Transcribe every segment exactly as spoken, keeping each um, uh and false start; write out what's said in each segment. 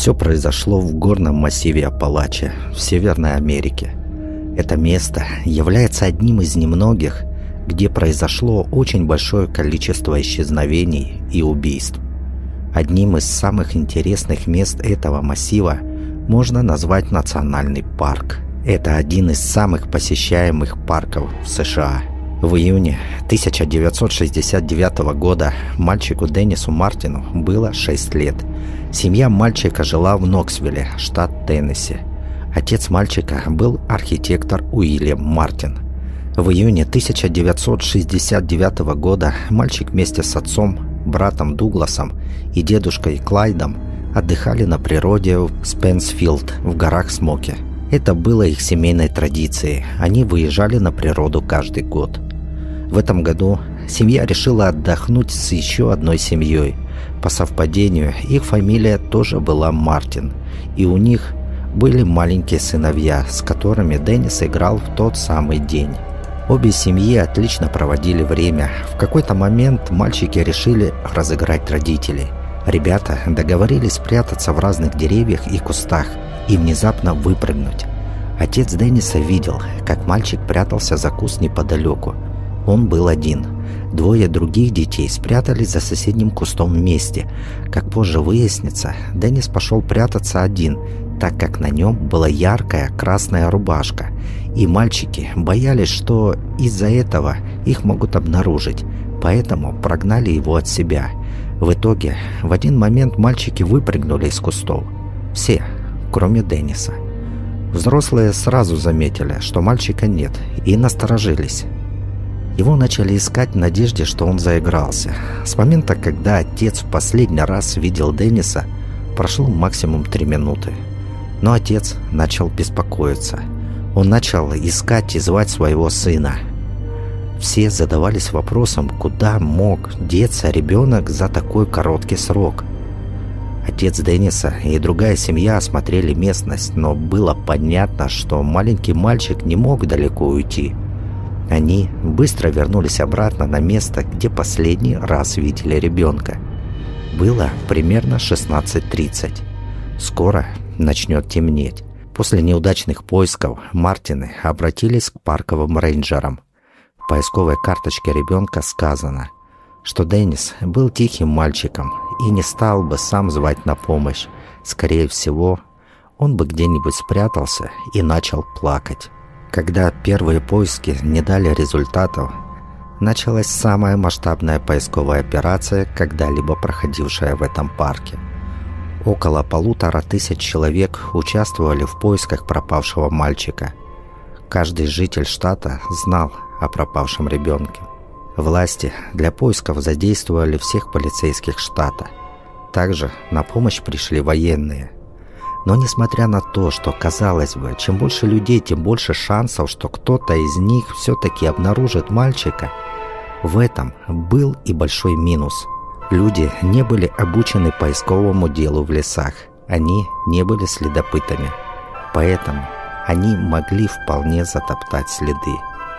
Все произошло в горном массиве Апалачи в Северной Америке. Это место является одним из немногих, где произошло очень большое количество исчезновений и убийств. Одним из самых интересных мест этого массива можно назвать национальный парк. Это один из самых посещаемых парков в США. В июне тысяча девятьсот шестьдесят девятого года мальчику Деннису Мартину было шесть лет. Семья мальчика жила в Ноксвилле, штат Теннесси. Отец мальчика был архитектор Уильям Мартин. В июне тысяча девятьсот шестьдесят девятого года мальчик вместе с отцом, братом Дугласом и дедушкой Клайдом отдыхали на природе в Спенсфилд в горах Смоки. Это было их семейной традицией. Они выезжали на природу каждый год. В этом году семья решила отдохнуть с еще одной семьей. По совпадению, их фамилия тоже была Мартин, и у них были маленькие сыновья, с которыми Деннис играл в тот самый день. Обе семьи отлично проводили время. В какой-то момент мальчики решили разыграть родителей. Ребята договорились спрятаться в разных деревьях и кустах и внезапно выпрыгнуть. Отец Денниса видел, как мальчик прятался за куст неподалеку. Он был один. Двое других детей спрятались за соседним кустом вместе. Как позже выяснится, Деннис пошел прятаться один, так как на нем была яркая красная рубашка, и мальчики боялись, что из-за этого их могут обнаружить, поэтому прогнали его от себя. В итоге, в один момент мальчики выпрыгнули из кустов. Все, кроме Денниса. Взрослые сразу заметили, что мальчика нет, и насторожились. Его начали искать в надежде, что он заигрался. С момента, когда отец в последний раз видел Денниса, прошло максимум три минуты. Но отец начал беспокоиться. Он начал искать и звать своего сына. Все задавались вопросом, куда мог деться ребенок за такой короткий срок. Отец Денниса и другая семья осмотрели местность, но было понятно, что маленький мальчик не мог далеко уйти. Они быстро вернулись обратно на место, где последний раз видели ребенка. Было примерно шестнадцать тридцать. Скоро начнет темнеть. После неудачных поисков Мартины обратились к парковым рейнджерам. В поисковой карточке ребенка сказано, что Деннис был тихим мальчиком и не стал бы сам звать на помощь. Скорее всего, он бы где-нибудь спрятался и начал плакать. Когда первые поиски не дали результатов, началась самая масштабная поисковая операция, когда-либо проходившая в этом парке. Около полутора тысяч человек участвовали в поисках пропавшего мальчика. Каждый житель штата знал о пропавшем ребенке. Власти для поисков задействовали всех полицейских штата. Также на помощь пришли военные. Но несмотря на то, что, казалось бы, чем больше людей, тем больше шансов, что кто-то из них все-таки обнаружит мальчика, в этом был и большой минус. Люди не были обучены поисковому делу в лесах, они не были следопытами, поэтому они могли вполне затоптать следы.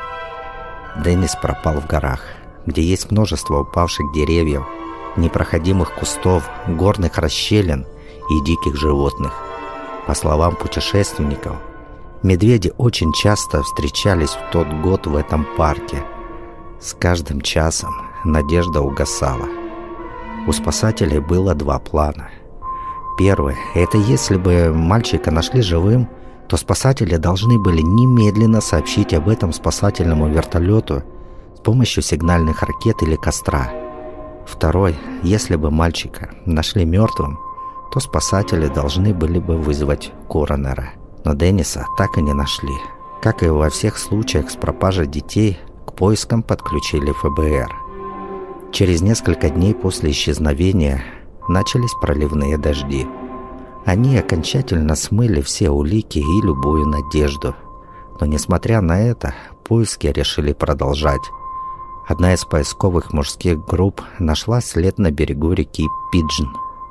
Деннис пропал в горах, где есть множество упавших деревьев, непроходимых кустов, горных расщелин и диких животных. По словам путешественников, медведи очень часто встречались в тот год в этом парке. С каждым часом надежда угасала. У спасателей было два плана. Первый – это если бы мальчика нашли живым, то спасатели должны были немедленно сообщить об этом спасательному вертолету с помощью сигнальных ракет или костра. Второй – если бы мальчика нашли мертвым, то спасатели должны были бы вызвать коронера. Но Денниса так и не нашли. Как и во всех случаях с пропажей детей, к поискам подключили эф бэ эр. Через несколько дней после исчезновения начались проливные дожди. Они окончательно смыли все улики и любую надежду. Но несмотря на это, поиски решили продолжать. Одна из поисковых мужских групп нашла след на берегу реки Пиджн.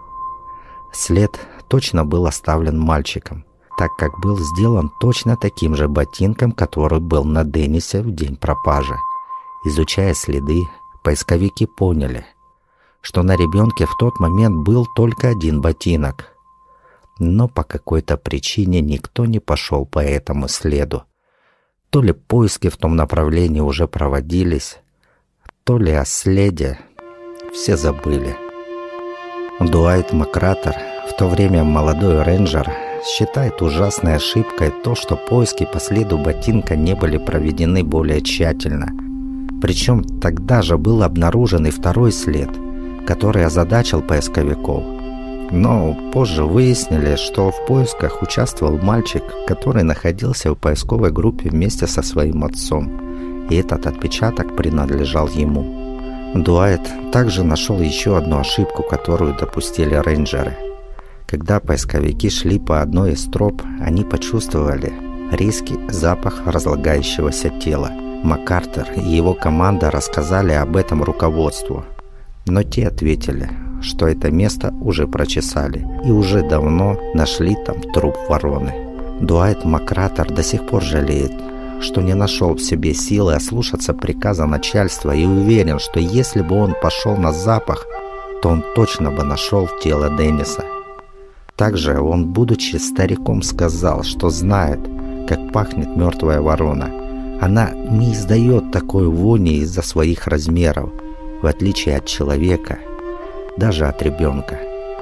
След точно был оставлен мальчиком, так как был сделан точно таким же ботинком, который был на Деннисе в день пропажи. Изучая следы, поисковики поняли, что на ребенке в тот момент был только один ботинок. но по какой-то причине никто не пошел по этому следу. То ли поиски в том направлении уже проводились, то ли о следе все забыли. Дуайт Макратер, в то время молодой рейнджер, считает ужасной ошибкой то, что поиски по следу ботинка не были проведены более тщательно. Причем тогда же был обнаружен и второй след, который озадачил поисковиков. Но позже выяснили, что в поисках участвовал мальчик, который находился в поисковой группе вместе со своим отцом, и этот отпечаток принадлежал ему. Дуайт также нашел еще одну ошибку, которую допустили рейнджеры. Когда поисковики шли по одной из троп, они почувствовали резкий запах разлагающегося тела. МакАртур и его команда рассказали об этом руководству, но те ответили, что это место уже прочесали и уже давно нашли там труп вороны. Дуайт Макратер до сих пор жалеет, что не нашел в себе силы ослушаться приказа начальства, и уверен, что если бы он пошел на запах, то он точно бы нашел тело Денниса. Также он, будучи стариком, сказал, что знает, как пахнет мертвая ворона. Она не издает такой вони из-за своих размеров, в отличие от человека, даже от ребенка.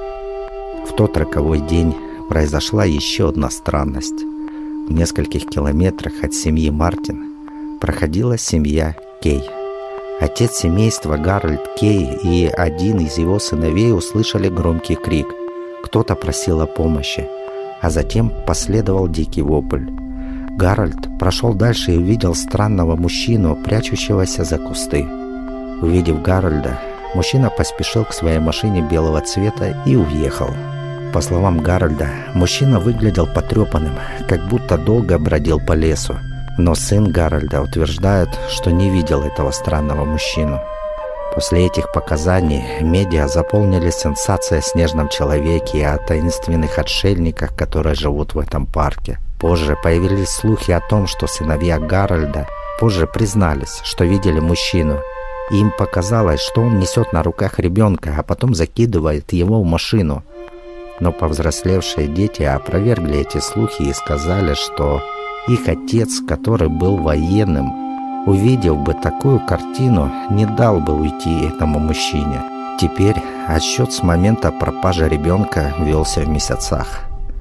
В тот роковой день произошла еще одна странность. В нескольких километрах от семьи Мартин проходила семья Кей. Отец семейства Гарольд Кей и один из его сыновей услышали громкий крик. Кто-то просил о помощи, а затем последовал дикий вопль. Гарольд прошел дальше и увидел странного мужчину, прячущегося за кусты. Увидев Гарольда, мужчина поспешил к своей машине белого цвета и уехал. По словам Гарольда, мужчина выглядел потрепанным, как будто долго бродил по лесу. Но сын Гарольда утверждает, что не видел этого странного мужчину. После этих показаний медиа заполнили сенсацией о снежном человеке и о таинственных отшельниках, которые живут в этом парке. Позже появились слухи о том, что сыновья Гарольда позже признались, что видели мужчину. Им показалось, что он несет на руках ребенка, а потом закидывает его в машину. Но повзрослевшие дети опровергли эти слухи и сказали, что их отец, который был военным, увидев бы такую картину, не дал бы уйти этому мужчине. Теперь отсчет с момента пропажи ребенка велся в месяцах.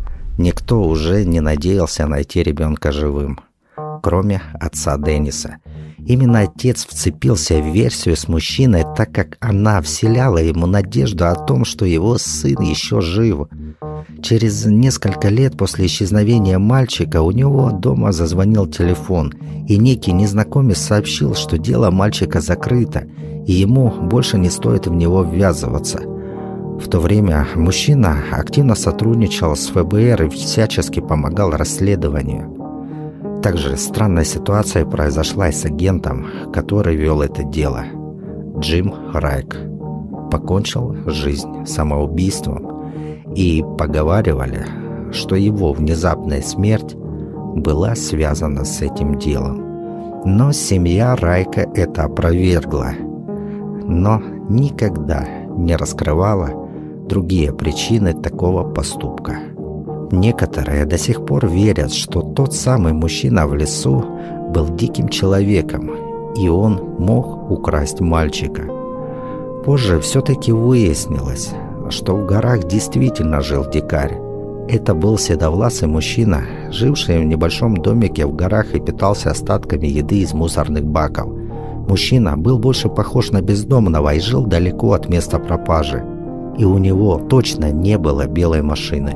Никто уже не надеялся найти ребенка живым, кроме отца Денниса. Именно отец вцепился в версию с мужчиной, так как она вселяла ему надежду о том, что его сын еще жив. Через несколько лет после исчезновения мальчика у него дома зазвонил телефон, и некий незнакомец сообщил, что дело мальчика закрыто, и ему больше не стоит в него ввязываться. В то время мужчина активно сотрудничал с эф бэ эр и всячески помогал расследованию. Также странная ситуация произошла и с агентом, который вел это дело. Джим Райк покончил жизнь самоубийством, и поговаривали, что его внезапная смерть была связана с этим делом. Но семья Райка это опровергла, но никогда не раскрывала другие причины такого поступка. Некоторые до сих пор верят, что тот самый мужчина в лесу был диким человеком, и он мог украсть мальчика. Позже все-таки выяснилось, что в горах действительно жил дикарь. Это был седовласый мужчина, живший в небольшом домике в горах и питался остатками еды из мусорных баков. Мужчина был больше похож на бездомного и жил далеко от места пропажи, и у него точно не было белой машины.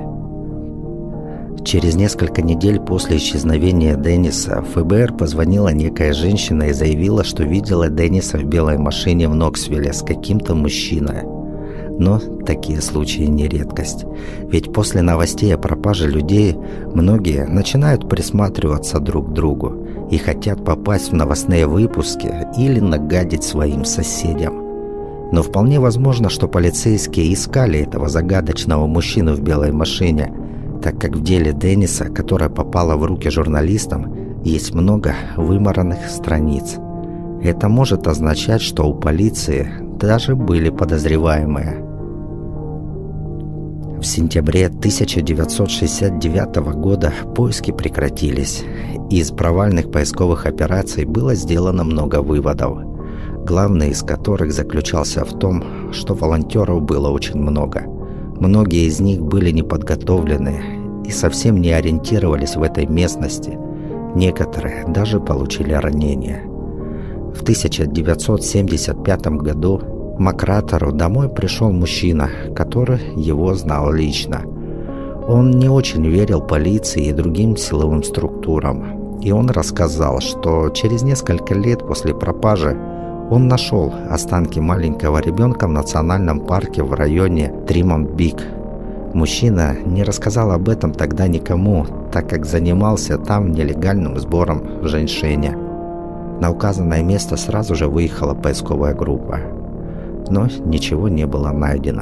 Через несколько недель после исчезновения Денниса в эф бэ эр позвонила некая женщина и заявила, что видела Денниса в белой машине в Ноксвилле с каким-то мужчиной. Но такие случаи не редкость. Ведь после новостей о пропаже людей многие начинают присматриваться друг к другу и хотят попасть в новостные выпуски или нагадить своим соседям. Но вполне возможно, что полицейские искали этого загадочного мужчину в белой машине, так как в деле Денниса, которое попало в руки журналистам, есть много вымаранных страниц. Это может означать, что у полиции даже были подозреваемые. В сентябре тысяча девятьсот шестьдесят девятого года поиски прекратились. Из провальных поисковых операций было сделано много выводов, главный из которых заключался в том, что волонтеров было очень много. Многие из них были неподготовлены и совсем не ориентировались в этой местности. Некоторые даже получили ранения. В тысяча девятьсот семьдесят пятом году Макратеру домой пришел мужчина, который его знал лично. Он не очень верил полиции и другим силовым структурам, и он рассказал, что через несколько лет после пропажи он нашел останки маленького ребенка в национальном парке в районе Тримонт-Бик. Мужчина не рассказал об этом тогда никому, так как занимался там нелегальным сбором женьшеня. На указанное место сразу же выехала поисковая группа, но ничего не было найдено.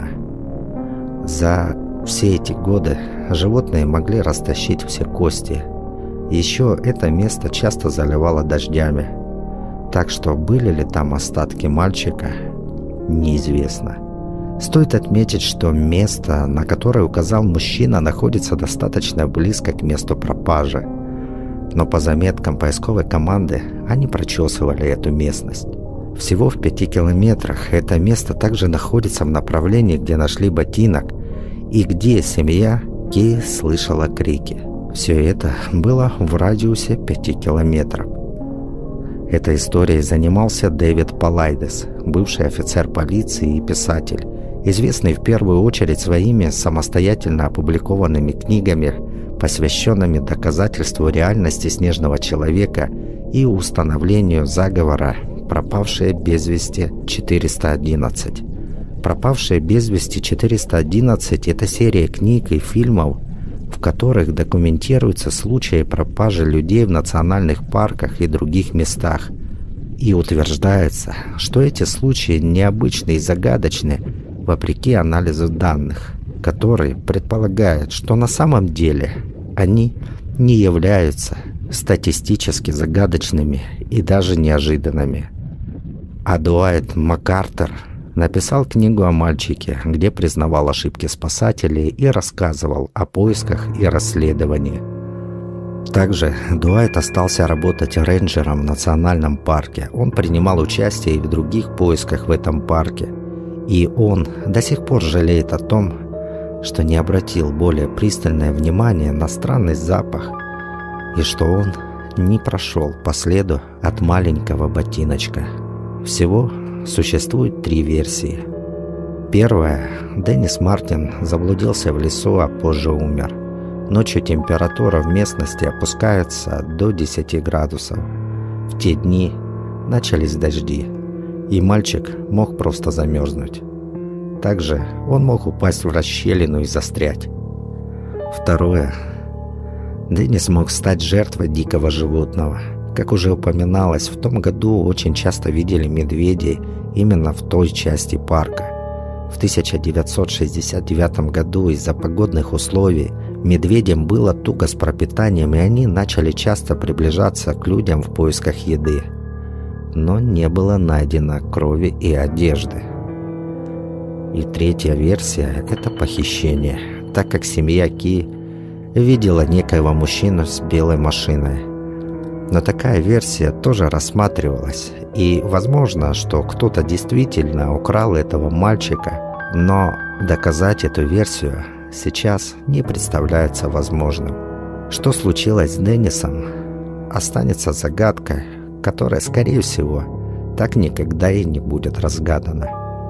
За все эти годы животные могли растащить все кости. Еще это место часто заливало дождями, так что были ли там остатки мальчика, неизвестно. Стоит отметить, что место, на которое указал мужчина, находится достаточно близко к месту пропажи. Но по заметкам поисковой команды они прочесывали эту местность. Всего в пяти километрах это место также находится в направлении, где нашли ботинок и где семья Кей слышала крики. Все это было в радиусе пяти километров. Этой историей занимался Дэвид Палайдес, бывший офицер полиции и писатель, известный в первую очередь своими самостоятельно опубликованными книгами, посвященными доказательству реальности снежного человека и установлению заговора «Пропавшие без вести четыреста одиннадцать». «Пропавшие без вести четыреста одиннадцать» — это серия книг и фильмов, в которых документируются случаи пропажи людей в национальных парках и других местах. И утверждается, что эти случаи необычны и загадочны, вопреки анализу данных, который предполагает, что на самом деле они не являются статистически загадочными и даже неожиданными. А Дуайт МакАртур написал книгу о мальчике, где признавал ошибки спасателей и рассказывал о поисках и расследовании. Также Дуайт остался работать рейнджером в национальном парке. Он принимал участие и в других поисках в этом парке. И он до сих пор жалеет о том, что не обратил более пристальное внимание на странный запах и что он не прошел по следу от маленького ботиночка. Всего существует три версии. Первая. Деннис Мартин заблудился в лесу, а позже умер. Ночью температура в местности опускается до десяти градусов. В те дни начались дожди, и мальчик мог просто замерзнуть. Также он мог упасть в расщелину и застрять. Второе. Деннис мог стать жертвой дикого животного. Как уже упоминалось, в том году очень часто видели медведей именно в той части парка. В тысяча девятьсот шестьдесят девятом году из-за погодных условий медведям было туго с пропитанием, и они начали часто приближаться к людям в поисках еды. Но не было найдено крови и одежды. И третья версия – это похищение, так как семья Ки видела некоего мужчину с белой машиной. Но такая версия тоже рассматривалась, и возможно, что кто-то действительно украл этого мальчика, но доказать эту версию сейчас не представляется возможным. Что случилось с Деннисом, останется загадкой, которая, скорее всего, так никогда и не будет разгадана.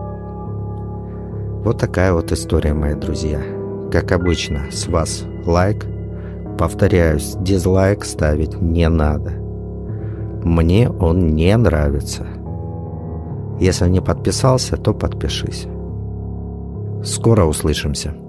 Вот такая вот история, мои друзья. Как обычно, с вас лайк. Повторяюсь, дизлайк ставить не надо. Мне он не нравится. Если не подписался, то подпишись. Скоро услышимся.